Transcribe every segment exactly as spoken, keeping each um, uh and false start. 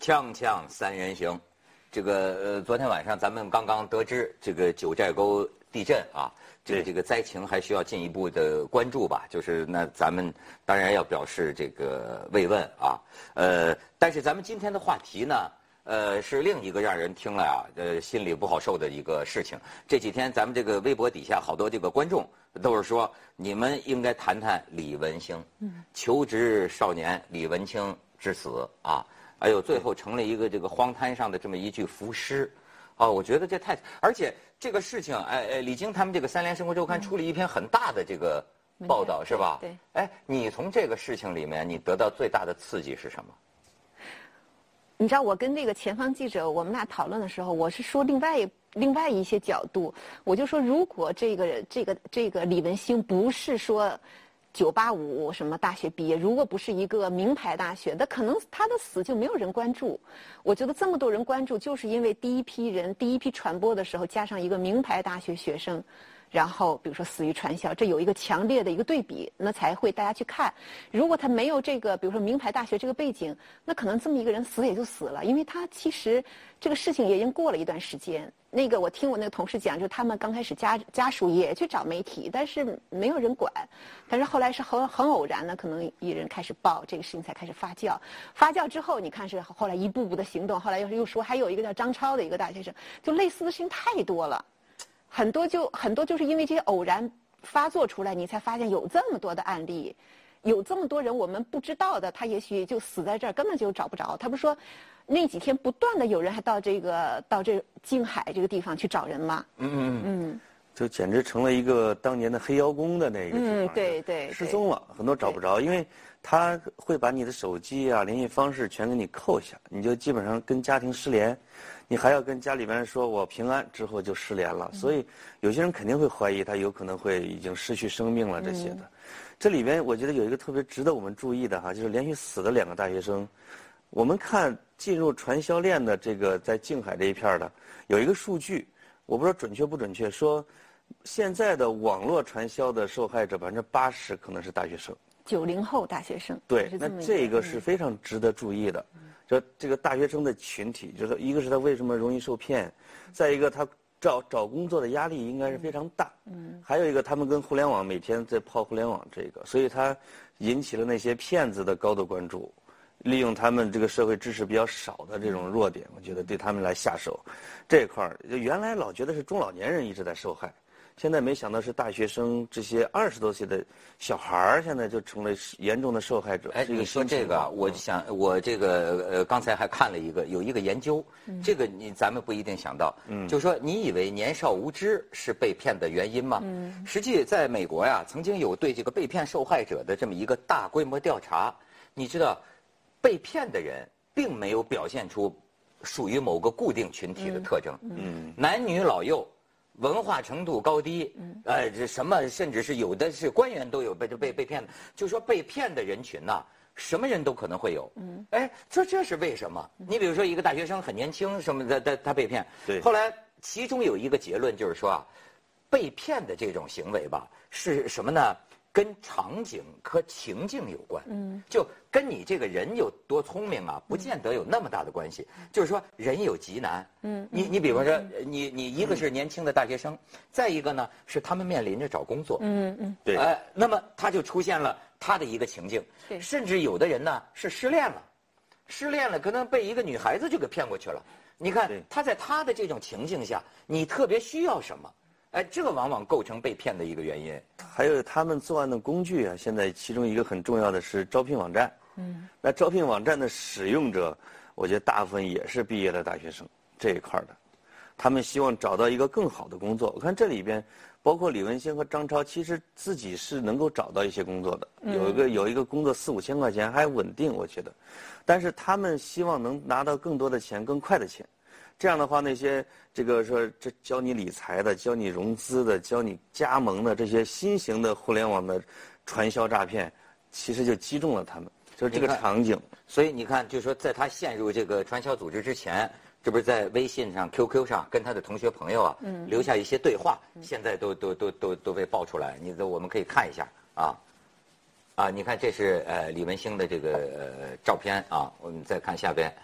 锵锵三人行，这个呃，昨天晚上咱们刚刚得知这个九寨沟地震啊，这个这个灾情还需要进一步的关注吧？就是那咱们当然要表示这个慰问啊，呃，但是咱们今天的话题呢，呃，是另一个让人听了啊，呃，心里不好受的一个事情。这几天咱们这个微博底下好多这个观众都是说，你们应该谈谈李文星，嗯，求职少年李文清之死啊。哎呦，最后成了一个这个荒滩上的这么一具浮尸，啊，我觉得这太……而且这个事情，哎哎，李菁他们这个《三联生活周刊》出了一篇很大的这个报道，是吧？ 对。 哎，你从这个事情里面，你得到最大的刺激是什么？ 你知道，我跟这个前方记者我们俩讨论的时候，我是说另外另外一些角度，我就说，如果这个这个这个李文星不是说九八五什么大学毕业，如果不是一个名牌大学，那可能他的死就没有人关注。我觉得这么多人关注，就是因为第一批人第一批传播的时候，加上一个名牌大学学生，然后比如说死于传销，这有一个强烈的一个对比，那才会大家去看。如果他没有这个比如说名牌大学这个背景，那可能这么一个人死也就死了，因为他其实这个事情也已经过了一段时间。那个我听我那个同事讲，就是他们刚开始家家属也去找媒体，但是没有人管。但是后来是很很偶然的，可能有人开始报这个事情，才开始发酵。发酵之后，你看是后来一步步的行动，后来又是又说还有一个叫张超的一个大学生，就类似的事情太多了。很多就很多就是因为这些偶然发作出来，你才发现有这么多的案例，有这么多人我们不知道的，他也许就死在这儿，根本就找不着。他不是说那几天不断的有人还到这个到这静海这个地方去找人吗？ 嗯嗯嗯， 就简直成了一个当年的黑腰公的那个地方， 嗯，对对， 失踪了，很多找不着，因为他会把你的手机啊、联系方式全给你扣下，你就基本上跟家庭失联。你还要跟家里边说我平安，之后就失联了，所以有些人肯定会怀疑他有可能会已经失去生命了这些的。这里边我觉得有一个特别值得我们注意的哈，就是连续死的两个大学生。我们看进入传销链的这个在静海这一片的有一个数据，我不知道准确不准确，说现在的网络传销的受害者百分之八十可能是大学生， 九零后大学生。 对，那这个是非常值得注意的。这这个大学生的群体，就是一个是他为什么容易受骗，再一个他找找工作的压力应该是非常大，嗯，还有一个他们跟互联网每天在泡互联网这个，所以他引起了那些骗子的高度关注，利用他们这个社会知识比较少的这种弱点，我觉得对他们来下手，这块儿原来老觉得是中老年人一直在受害。现在没想到是大学生这些二十多岁的小孩儿，现在就成了严重的受害者。 哎，你说这个，我想我这个呃，刚才还看了一个有一个研究，嗯、这个你咱们不一定想到，嗯，就说你以为年少无知是被骗的原因吗？嗯，实际在美国呀，曾经有对这个被骗受害者的这么一个大规模调查，你知道，被骗的人并没有表现出属于某个固定群体的特征，嗯，男女老幼。文化程度高低，呃，这什么，甚至是有的是官员都有被被被骗的，就说被骗的人群呐、啊，什么人都可能会有。嗯，哎，这这是为什么？你比如说一个大学生很年轻什么的，他他被骗， 对， 后来其中有一个结论就是说啊，被骗的这种行为吧，是什么呢？跟场景和情境有关，嗯，就跟你这个人有多聪明啊，不见得有那么大的关系。嗯、就是说，人有极难，嗯，你你比方说，你你一个是年轻的大学生，嗯、再一个呢是他们面临着找工作， 嗯嗯， 对， 呃，那么他就出现了他的一个情境， 对， 甚至有的人呢是失恋了，失恋了，可能被一个女孩子就给骗过去了。你看他在他的这种情境下，你特别需要什么？哎，这个往往构成被骗的一个原因。 还有他们作案的工具啊，现在其中一个很重要的是招聘网站。嗯，那招聘网站的使用者，我觉得大部分也是毕业的大学生这一块的，他们希望找到一个更好的工作。我看这里边，包括李文星和张超，其实自己是能够找到一些工作的，有一个有一个工作四五千块钱还稳定，我觉得，但是他们希望能拿到更多的钱，更快的钱。这样的话，那些这个说这教你理财的、教你融资的、教你加盟的这些新型的互联网的传销诈骗，其实就击中了他们，就是这个场景。 所以你看，就是说，在他陷入这个传销组织之前，这不是在微信上、Q Q 上跟他的同学朋友啊，嗯、留下一些对话，现在都都都都都被爆出来，你都我们可以看一下啊啊！你看，这是呃李文星的这个呃照片啊，我们再看下边。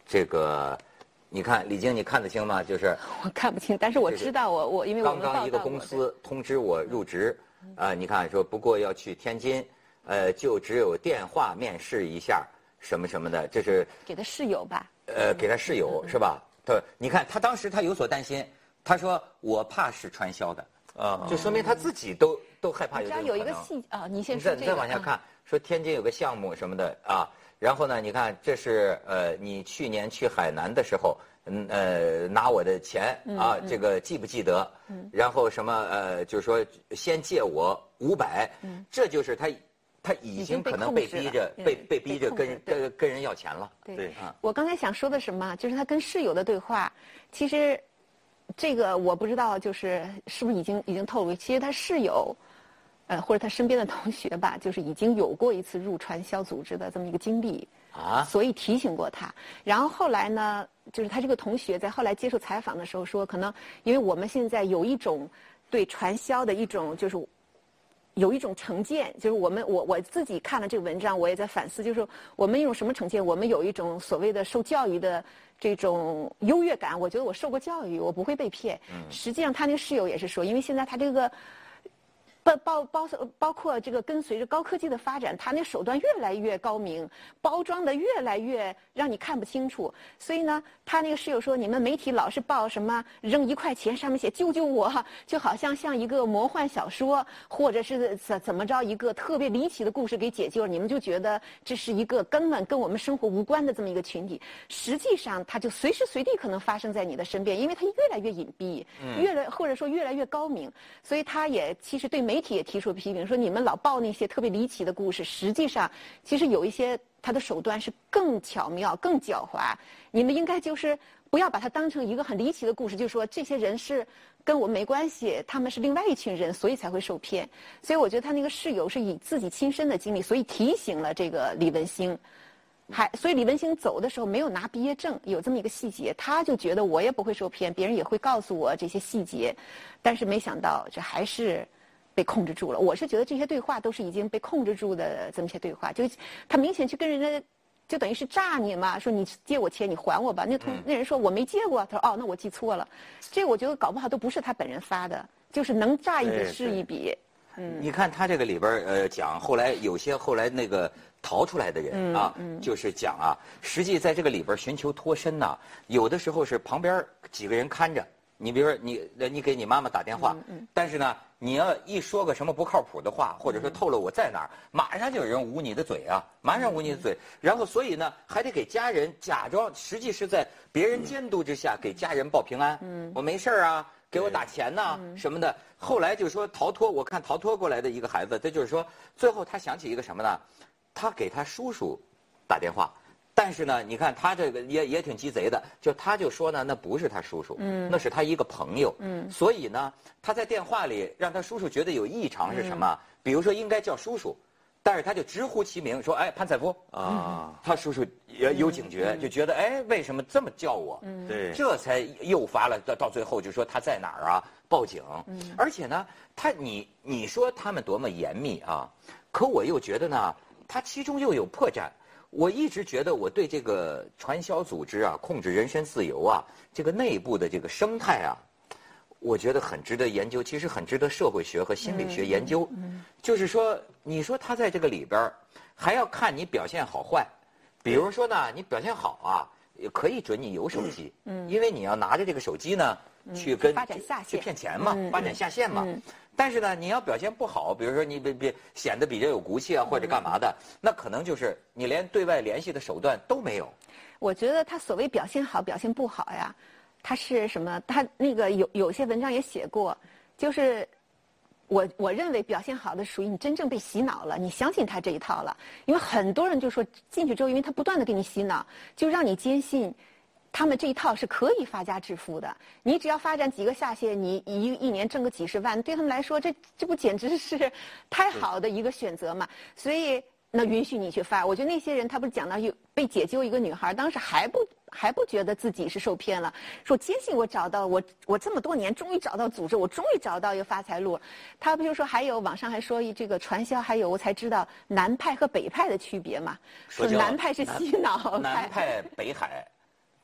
这个，你看李晶，你看得清吗？就是我看不清，但是我知道我我因为我刚刚一个公司通知我入职，啊、呃，你看说不过要去天津，呃，就只有电话面试一下什么什么的，这是给他室友吧？ 呃，给他室友、嗯、是吧？对，你看他当时他有所担心，他说我怕是传销的啊，就说明他自己都都害怕有这种可能。 有一个细啊，你先说这个。 你再往下看，说天津有个项目什么的啊。然后呢？你看，这是呃，你去年去海南的时候，嗯呃，拿我的钱啊，这个记不记得？嗯。然后什么呃，就是说先借我五百，嗯，这就是他，他已经可能被逼着被被逼着跟跟跟人要钱了。 对啊。我刚才想说的什么？就是他跟室友的对话，其实这个我不知道，就是是不是已经已经透露？其实他室友。呃，或者他身边的同学吧，就是已经有过一次入传销组织的这么一个经历啊，所以提醒过他。然后后来呢，就是他这个同学在后来接受采访的时候说，可能因为我们现在有一种对传销的一种就是有一种成见，就是我们我我自己看了这个文章，我也在反思，就是我们一种什么成见？我们有一种所谓的受教育的这种优越感，我觉得我受过教育，我不会被骗。嗯，实际上他那个室友也是说，因为现在他这个。包包包包括这个跟随着高科技的发展，它那手段越来越高明，包装的越来越让你看不清楚。所以呢，他那个室友说，你们媒体老是报什么扔一块钱，上面写救救我，就好像像一个魔幻小说，或者是怎怎么着一个特别离奇的故事给解救了，你们就觉得这是一个根本跟我们生活无关的这么一个群体。实际上，它就随时随地可能发生在你的身边，因为它越来越隐蔽，越来或者说越来越高明，所以他也其实对媒体也提出批评，说你们老报那些特别离奇的故事，实际上其实有一些他的手段是更巧妙、更狡猾。你们应该就是不要把它当成一个很离奇的故事，就是说这些人是跟我们没关系，他们是另外一群人，所以才会受骗。所以我觉得他那个室友是以自己亲身的经历，所以提醒了这个李文星。还所以李文星走的时候没有拿毕业证，有这么一个细节，他就觉得我也不会受骗，别人也会告诉我这些细节，但是没想到这还是被控制住了。我是觉得这些对话都是已经被控制住的这么些对话，就他明显去跟人家就等于是诈你嘛，说你借我钱你还我吧。那同那人说我没借过，他说哦那我记错了。这我觉得搞不好都不是他本人发的，就是能诈一笔是一笔。 嗯，你看他这个里边呃讲，后来有些后来那个逃出来的人啊，嗯嗯、就是讲啊，实际在这个里边寻求脱身呐、啊，有的时候是旁边几个人看着。你比如说你你给你妈妈打电话，嗯嗯、但是呢，你要一说个什么不靠谱的话，或者说透露我在哪儿，马上就有人捂你的嘴啊，马上捂你的嘴。然后所以呢，还得给家人假装，实际是在别人监督之下给家人报平安。嗯，我没事啊。给我打钱呐、嗯、什么的，后来就说逃脱，我看逃脱过来的一个孩子，他就是说，最后他想起一个什么呢？他给他叔叔打电话，但是呢，你看他这个也也挺鸡贼的，就他就说呢，那不是他叔叔，嗯，那是他一个朋友，嗯，所以呢，他在电话里让他叔叔觉得有异常是什么？嗯、比如说应该叫叔叔。但是他就直呼其名，说：“哎，潘采夫啊！”他叔叔也有警觉，就觉得：“哎，为什么这么叫我？”对，这才诱发了到到最后就说他在哪儿啊？报警。而且呢，他你你说他们多么严密啊，可我又觉得呢，他其中又有破绽。我一直觉得我对这个传销组织啊，控制人身自由啊，这个内部的这个生态啊。我觉得很值得研究，其实很值得社会学和心理学研究。嗯嗯、就是说，你说他在这个里边还要看你表现好坏。比如说呢，你表现好啊，也可以准你有手机，嗯、因为你要拿着这个手机呢，嗯、去跟发展下线去骗钱嘛， 嗯、 发展下线嘛。嗯、但是呢，你要表现不好，比如说你别别显得比较有骨气啊，或者干嘛的，嗯、那可能就是你连对外联系的手段都没有。 我觉得他所谓表现好，表现不好呀。他是什么？他那个有有些文章也写过，就是我我认为表现好的属于你真正被洗脑了，你相信他这一套了。因为很多人就说进去之后，因为他不断的给你洗脑，就让你坚信他们这一套是可以发家致富的。你只要发展几个下线，你一一年挣个几十万，对他们来说，这这不简直是太好的一个选择嘛？所以那允许你去发。我觉得那些人他不是讲到有被解救一个女孩，当时还不。还不觉得自己是受骗了，说坚信我找到我我这么多年终于找到组织，我终于找到一个发财路。他不就说还有网上还说这个传销，还有我才知道南派和北派的区别嘛，说南派是洗脑派， 南派北海。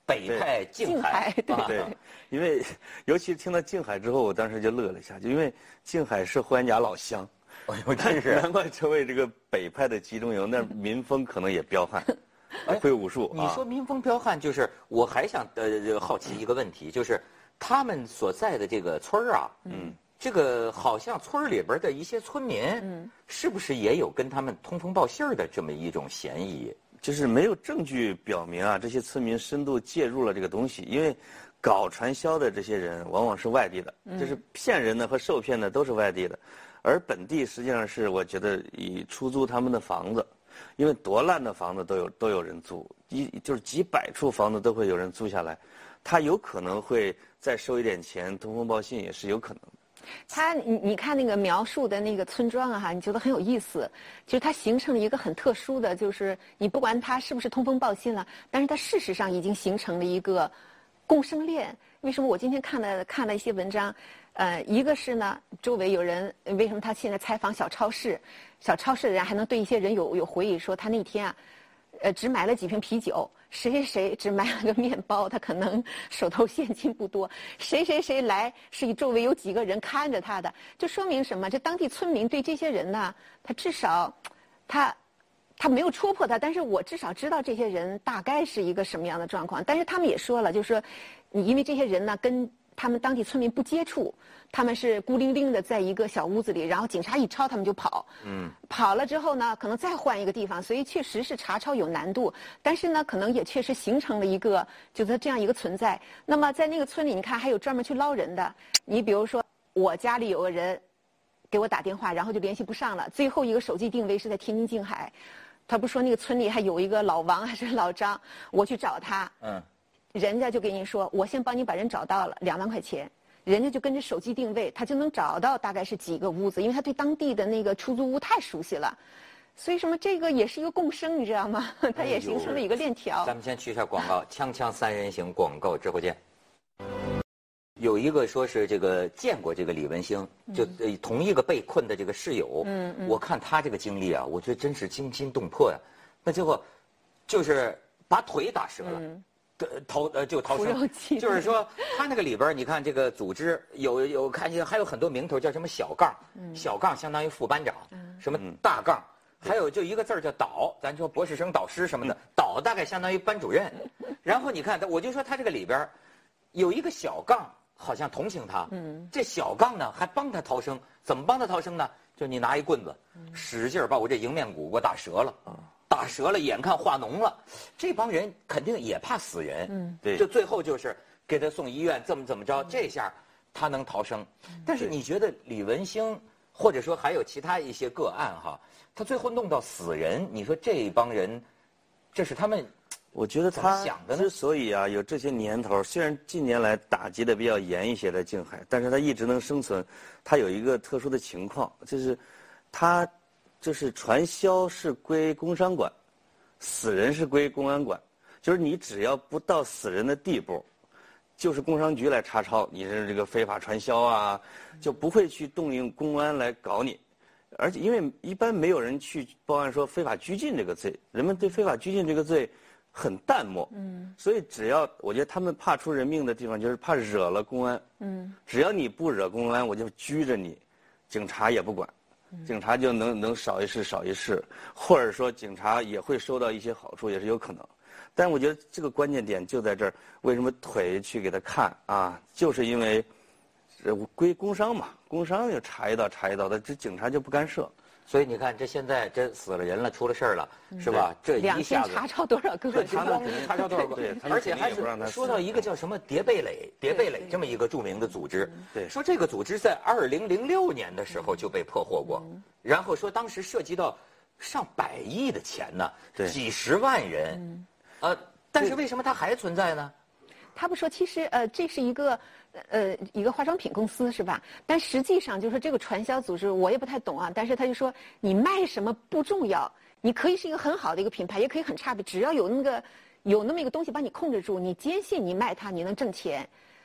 北派静海， 对对，因为尤其听到静海之后，我当时就乐了一下，就因为静海是霍元甲老乡， 哎呦，真是难怪成为这个北派的集中营，那民风可能也彪悍，会武术。 你说民风彪悍，就是我还想呃好奇一个问题，就是他们所在的这个村儿啊，嗯，这个好像村儿里边的一些村民，嗯，是不是也有跟他们通风报信儿的这么一种嫌疑？ 就是没有证据表明啊，这些村民深度介入了这个东西，因为搞传销的这些人往往是外地的，就是骗人的和受骗的都是外地的，而本地实际上是我觉得以出租他们的房子，因为多烂的房子都有都有人租，一就是几百处房子都会有人租下来，他有可能会再收一点钱，通风报信也是有可能的。 他，你你看那个描述的那个村庄啊，哈，你觉得很有意思，就是它形成了一个很特殊的，就是你不管它是不是通风报信了，但是它事实上已经形成了一个共生链。为什么我今天看了看了一些文章，呃，一个是呢，周围有人为什么他现在采访小超市，小超市的人还能对一些人有有回忆说他那天啊，呃，只买了几瓶啤酒。谁谁谁只买了个面包，他可能手头现金不多。谁谁谁来是周围有几个人看着他的，这说明什么？这当地村民对这些人呢，他至少，他，他没有戳破他，但是我至少知道这些人大概是一个什么样的状况。但是他们也说了，就是说，因为这些人呢跟他们当地村民不接触，他们是孤零零的在一个小屋子里，然后警察一抄他们就跑。嗯，跑了之后呢，可能再换一个地方，所以确实是查抄有难度。但是呢，可能也确实形成了一个就是这样一个存在。那么在那个村里，你看还有专门去捞人的。你比如说，我家里有个人给我打电话，然后就联系不上了，最后一个手机定位是在天津静海。他不说那个村里还有一个老王还是老张，我去找他。嗯。人家就跟你说，我先帮你把人找到了，两万块钱，人家就跟着手机定位，他就能找到大概是几个屋子，因为他对当地的那个出租屋太熟悉了，所以什么这个也是一个共生，你知道吗？它也形成了一个链条。 咱们先去一下广告，锵锵三人行广告之后见。有一个说是这个见过这个李文星，就呃同一个被困的这个室友，嗯嗯，我看他这个经历啊，我觉得真是惊心动魄呀。那结果就是把腿打折了。嗯，逃呃就逃生，就是说他那个里边，你看这个组织有有看见还有很多名头，叫什么小杠，小杠相当于副班长，什么大杠，还有就一个字儿叫导，咱说博士生导师什么的，导大概相当于班主任。然后你看，我就说他这个里边有一个小杠，好像同情他，这小杠呢还帮他逃生，怎么帮他逃生呢？就你拿一棍子，使劲把我这迎面骨给我打折了。打折了，眼看化脓了，这帮人肯定也怕死人，嗯，对，就最后就是给他送医院，怎么怎么着，这下他能逃生。但是你觉得李文星，或者说还有其他一些个案哈，他最后弄到死人，你说这帮人，这是他们， 我觉得他之所以啊有这些年头，虽然近年来打击的比较严一些在静海，但是他一直能生存，他有一个特殊的情况，就是他。就是传销是归工商管，死人是归公安管，就是你只要不到死人的地步，就是工商局来查抄你是这个非法传销啊，就不会去动用公安来搞你。而且因为一般没有人去报案说非法拘禁这个罪，人们对非法拘禁这个罪很淡漠，嗯，所以只要我觉得他们怕出人命的地方就是怕惹了公安，嗯，只要你不惹公安，我就拘着你，警察也不管。警察就能能少一事少一事，或者说警察也会收到一些好处，也是有可能。但我觉得这个关键点就在这儿，为什么腿去给他看啊？就是因为，呃，归工商嘛，工商就查一道查一道的，这警察就不干涉。 所以你看，这现在这死了人了，出了事儿了，是吧？这一下子查抄多少个？ 查光查抄多少个？对，而且还是说到一个叫什么叠贝垒、叠贝垒这么一个著名的组织。对，说这个组织在二零零六年的时候就被破获过，然后说当时涉及到上百亿的钱呢，几十万人，呃，但是为什么它还存在呢？ 他不说，其实呃，这是一个呃一个化妆品公司是吧？但实际上就是这个传销组织，我也不太懂啊。但是他就说，你卖什么不重要，你可以是一个很好的一个品牌，也可以很差的，只要有那个有那么一个东西把你控制住，你坚信你卖它，你能挣钱。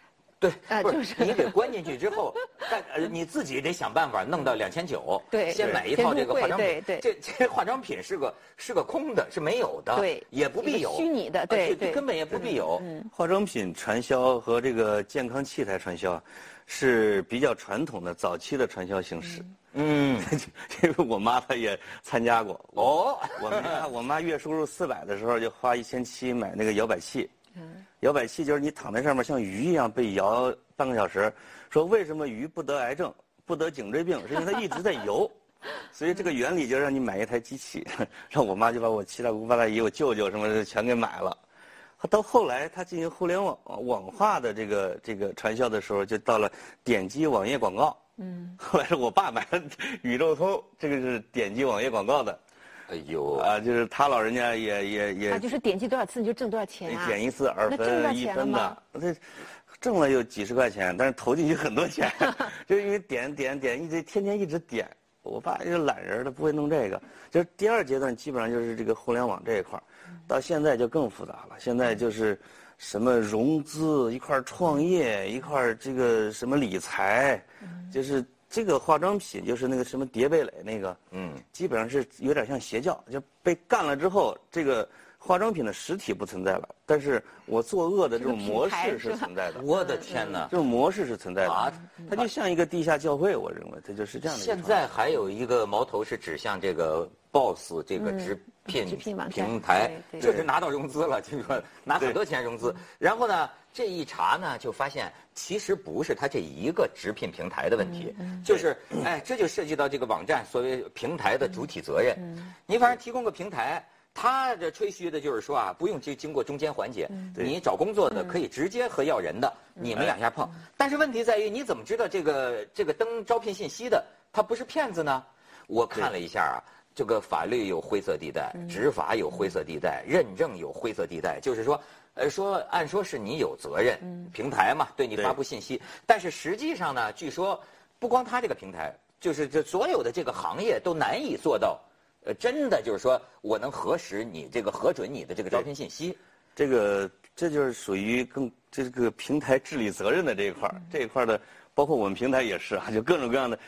对， 啊， 不就是你给关进去之后，但呃你自己得想办法弄到两千九， 对， 先买一套这个化妆品， 对对， 这这化妆品是个是个空的，是没有的， 对， 也不必有， 虚拟的，对对， 根本也不必有。 嗯，化妆品传销和这个健康器材传销是比较传统的早期的传销形式。嗯，因为我妈她也参加过。哦，我妈我妈月收入四百的时候就花一千七买那个摇摆器。嗯，摇摆器就是你躺在上面像鱼一样被摇半个小时。说为什么鱼不得癌症、不得颈椎病，是因为它一直在游。所以这个原理就让你买一台机器，让我妈就把我七大姑八大姨、我舅舅什么的全给买了。到后来，他进行互联网网化的这个这个传销的时候，就到了点击网页广告。嗯，后来是我爸买了宇宙通，这个是点击网页广告的。哎呦啊，就是他老人家也也也。 他就是点击多少次你就挣多少钱啊？ 点一次二分一分的，这挣了有几十块钱，但是投进去很多钱，就因为点点点一直天天一直点。我爸就是懒人，他不会弄这个。就是第二阶段基本上就是这个互联网这一块，到现在就更复杂了。现在就是什么融资一块创业一块这个什么理财，就是这个化妆品就是那个什么蝶蓓蕾那个，嗯，基本上是有点像邪教，就被干了之后，这个化妆品的实体不存在了，但是我作恶的这种模式是存在的。 我的天哪， 这种模式是存在的啊！它就像一个地下教会，我认为它就是这样的。 现在还有一个矛头是指向这个 B O S S 这个直聘平台，确实拿到融资了，听说拿很多钱融资。然后呢，这一查呢，就发现其实不是它这一个直聘平台的问题，就是哎，这就涉及到这个网站所谓平台的主体责任。你反正提供个平台。他这吹嘘的就是说啊，不用经经过中间环节，你找工作的可以直接和要人的，你们两下碰。但是问题在于，你怎么知道这个这个登招聘信息的他不是骗子呢？我看了一下啊，这个法律有灰色地带，执法有灰色地带，认证有灰色地带，就是说，呃，说按说是你有责任，平台嘛，对你发布信息，但是实际上呢，据说不光他这个平台，就是这所有的这个行业都难以做到。呃，真的就是说我能核实你这个核准你的这个招聘信息， 这个这就是属于更这个平台治理责任的这一块儿，这一块的，包括我们平台也是啊，就各种各样的。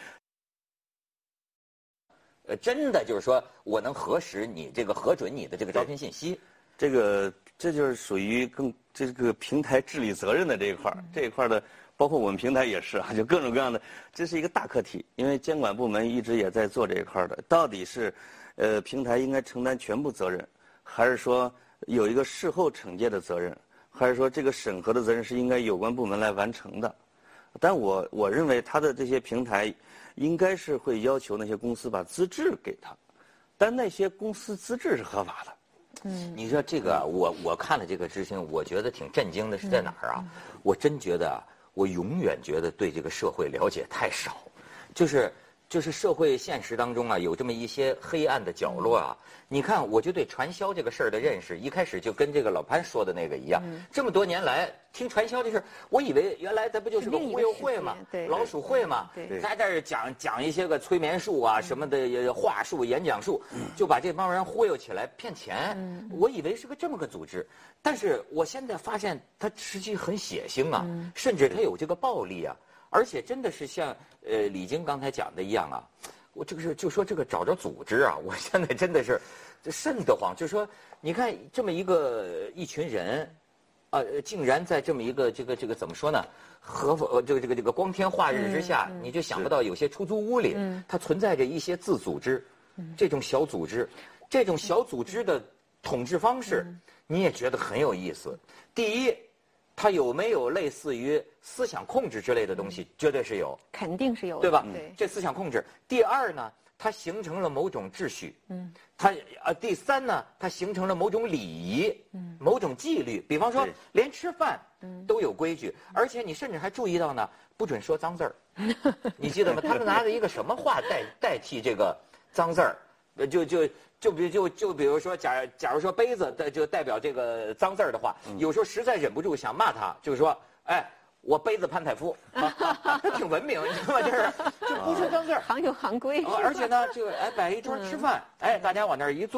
呃，真的就是说我能核实你这个核准你的这个招聘信息， 这个这就是属于更这个平台治理责任的这一块儿，这一块的。包括我们平台也是啊，就各种各样的，这是一个大课题。因为监管部门一直也在做这一块的，到底是，呃，平台应该承担全部责任，还是说有一个事后惩戒的责任，还是说这个审核的责任是应该有关部门来完成的？但我我认为他的这些平台，应该是会要求那些公司把资质给他，但那些公司资质是合法的。 嗯，你说这个，我我看了这个执行，我觉得挺震惊的，是在哪儿啊？我真觉得啊。我永远觉得对这个社会了解太少，就是就是社会现实当中啊，有这么一些黑暗的角落啊。你看，我就对传销这个事儿的认识，一开始就跟这个老潘说的那个一样。嗯、这么多年来听传销这事儿，我以为原来咱不就是个忽悠会嘛，老鼠会嘛，在这儿讲讲一些个催眠术啊、嗯、什么的话术、演讲术，就把这帮人忽悠起来骗钱。嗯、我以为是个这么个组织，但是我现在发现它实际很血腥啊，嗯、甚至它有这个暴力啊，而且真的是像呃李菁刚才讲的一样啊。我这个是就说这个找着组织啊，我现在真的是这瘆得慌。就是说，你看这么一个一群人，啊、呃，竟然在这么一个这个这个怎么说呢？和呃这个这个这个光天化日之下，嗯嗯、你就想不到有些出租屋里，嗯、它存在着一些自组织，嗯、这种小组织，这种小组织的统治方式，嗯、你也觉得很有意思。第一。它有没有类似于思想控制之类的东西？绝对是有， 肯定是有的， 对吧？ 对， 这思想控制。第二呢，它形成了某种秩序。嗯。它呃，第三呢，它形成了某种礼仪，嗯，某种纪律。比方说，连吃饭，嗯，都有规矩，而且你甚至还注意到呢，不准说脏字儿。你记得吗？他们拿着一个什么话代代替这个脏字儿？呃，就就。就比就就比如说，假假如说杯子的就代表这个脏字儿的话，嗯、有时候实在忍不住想骂他，就是说，哎，我杯子潘采夫，他挺文明，你知道吗？就是就不说脏字儿， 行有行规。 而且呢，这个哎摆一桌吃饭，哎大家往那儿一坐，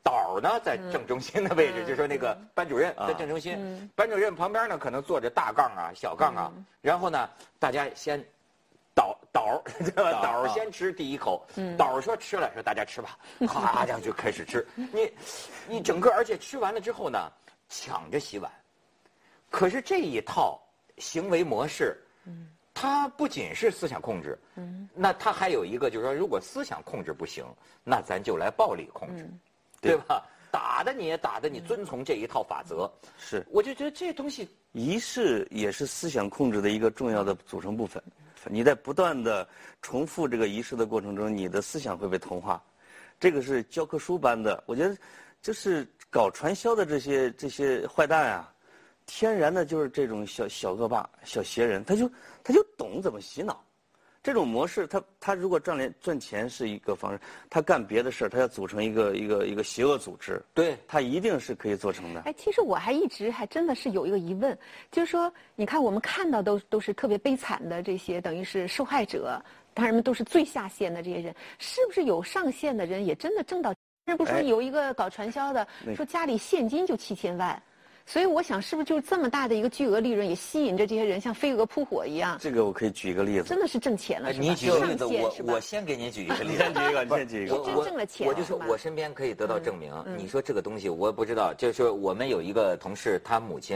导呢在正中心的位置，就是说那个班主任在正中心，班主任旁边呢可能坐着大杠啊、小杠啊，然后呢大家先导导导导先吃第一口，导说吃了，说大家吃吧，咔这样就开始吃，你你整个而且吃完了之后呢，抢着洗碗，可是这一套行为模式，它不仅是思想控制，那它还有一个就是说，如果思想控制不行，那咱就来暴力控制。对吧？打的你也打的你遵从这一套法则， 是。 我就觉得这东西， 仪式也是思想控制的一个重要的组成部分。你在不断的重复这个仪式的过程中，你的思想会被同化。这个是教科书般的。我觉得，就是搞传销的这些这些坏蛋啊，天然的就是这种小小恶霸、小邪人，他就他就懂怎么洗脑。这种模式，他他如果赚钱赚钱是一个方式，他干别的事儿，他要组成一个一个一个邪恶组织， 对， 他一定是可以做成的。 哎，其实我还一直还真的是有一个疑问，就是说，你看我们看到都都是特别悲惨的这些，等于是受害者，当然们都是最下线的这些人，是不是有上线的人也真的挣到？人不是说有一个搞传销的， 哎、 说家里现金就七千万。所以我想，是不是就是这么大的一个巨额利润，也吸引着这些人像飞蛾扑火一样？ 这个我可以举一个例子， 真的是挣钱了，是吧？ 你举个例子，我我先给你举一个例子， 你先举一个，你先举一个。 真挣了钱， 我就说我身边可以得到证明。你说这个东西，我不知道，就是说我们有一个同事，他母亲，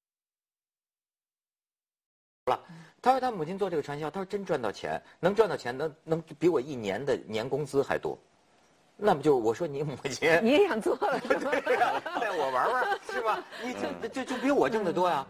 了，他说他母亲做这个传销，他说真赚到钱，能赚到钱，能能比我一年的年工资还多。那么就我说你母亲， 你也想做了， 对呀，带我玩玩是吧？你这就就比我挣得多呀。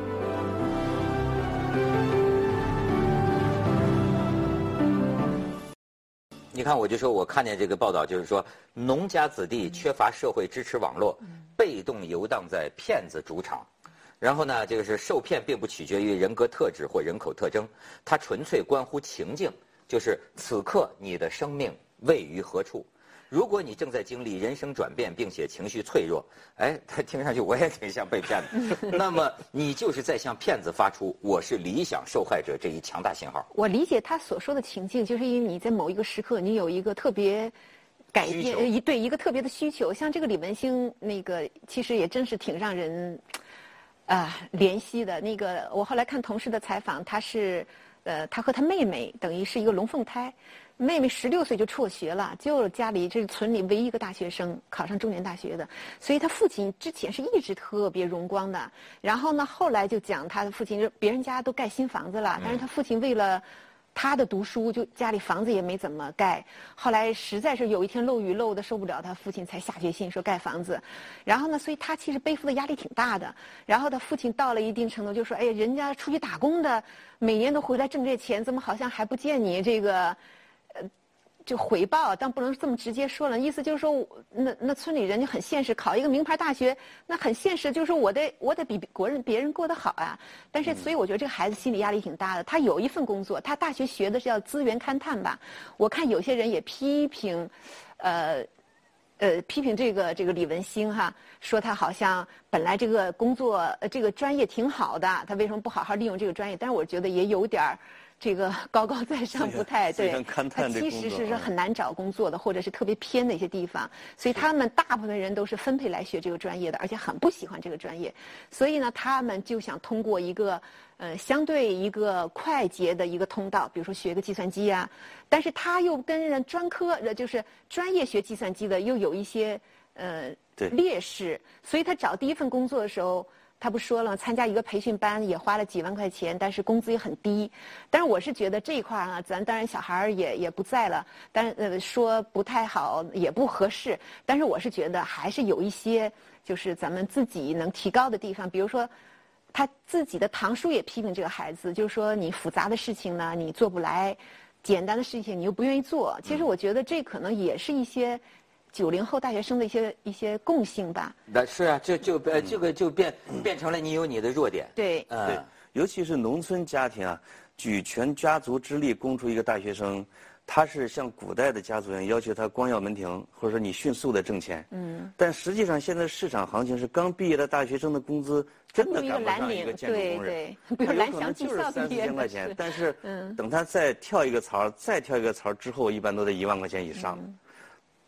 你看，我就说我看见这个报道，就是说农家子弟缺乏社会支持网络，被动游荡在骗子主场。然后呢，这个是受骗并不取决于人格特质或人口特征，它纯粹关乎情境，就是此刻你的生命位于何处。如果你正在经历人生转变，并且情绪脆弱，哎，他听上去我也挺像被骗的，那么你就是在向骗子发出"我是理想受害者"这一强大信号。 我理解他所说的情境，就是因为你在某一个时刻，你有一个特别改变，一对一个特别的需求。像这个李文星，那个其实也真是挺让人啊、呃、怜惜的。那个我后来看同事的采访，他是呃，他和他妹妹等于是一个龙凤胎。妹妹十六岁就辍学了，就家里这是村里唯一一个大学生，考上重点大学的。所以他父亲之前是一直特别荣光的。然后呢，后来就讲他的父亲，别人家都盖新房子了，但是他父亲为了他的读书，就家里房子也没怎么盖。后来实在是有一天漏雨漏的受不了，他父亲才下决心说盖房子。然后呢，所以他其实背负的压力挺大的。然后他父亲到了一定程度就说：“哎，人家出去打工的，每年都回来挣这钱，怎么好像还不见你这个？”呃，就回报，但不能这么直接说了。意思就是说，那那村里人就很现实，考一个名牌大学，那很现实，就是说我得我得比国人别人过得好啊。但是，所以我觉得这个孩子心理压力挺大的。他有一份工作，他大学学的是叫资源勘探吧。我看有些人也批评，呃。呃，批评这个这个李文星哈，说他好像本来这个工作呃这个专业挺好的，他为什么不好好利用这个专业？但是我觉得也有点儿这个高高在上，不太对。 勘探这其实是很难找工作的，或者是特别偏的一些地方，所以他们大部分人都是分配来学这个专业的，而且很不喜欢这个专业，所以呢，他们就想通过一个呃相对一个快捷的一个通道，比如说学个计算机啊，但是他又跟人专科呃就是专业学计算机的又有一些呃劣势，所以他找第一份工作的时候。他不说了，参加一个培训班也花了几万块钱，但是工资也很低。但是我是觉得这一块啊，咱当然小孩儿也也不在了，但是呃说不太好也不合适。但是我是觉得还是有一些就是咱们自己能提高的地方，比如说他自己的堂叔也批评这个孩子，就是说你复杂的事情呢你做不来，简单的事情你又不愿意做。其实我觉得这可能也是一些。九零后大学生的一些一些共性吧。 那是啊，这就呃这个就变变成了你有你的弱点。 对， 嗯、对，尤其是农村家庭啊，举全家族之力供出一个大学生，他是像古代的家族一样要求他光耀门庭，或者说你迅速的挣钱。嗯。但实际上现在市场行情是刚毕业的大学生的工资真的赶不上一个建筑工人， 对对， 他有可能就是三四千块钱，但是等他再跳一个槽，再跳一个槽之后，一般都得一万块钱以上。嗯，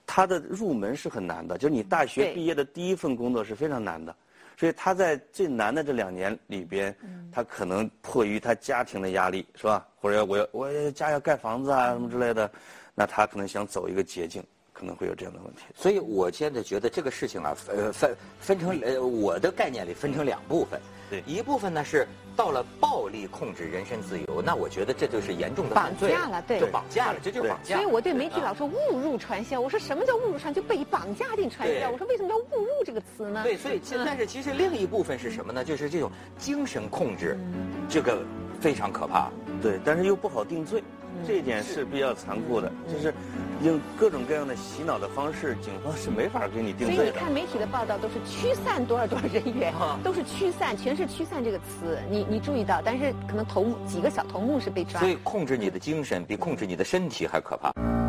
他的入门是很难的，就是你大学毕业的第一份工作是非常难的，所以他在最难的这两年里边，他可能迫于他家庭的压力，是吧？或者我要我家要盖房子啊什么之类的，那他可能想走一个捷径，可能会有这样的问题。 所以我现在觉得这个事情啊，呃，分分成呃我的概念里分成两部分。 对， 一部分呢是到了暴力控制人身自由，那我觉得这就是严重的犯罪， 绑架了，对， 就绑架了，这就是绑架。 所以我对媒体老说误入传销，我说什么叫误入传销？就被绑架进传销。我说为什么叫误入这个词呢？ 对，所以但是其实另一部分是什么呢？就是这种精神控制，这个非常可怕。 对，但是又不好定罪，这一点是比较残酷的，就是用各种各样的洗脑的方式，警方是没法给你定罪的。 所以你看媒体的报道都是驱散多少多少人员，都是驱散，全是驱散这个词。你你注意到，但是可能头目几个小头目是被抓。 所以控制你的精神比控制你的身体还可怕。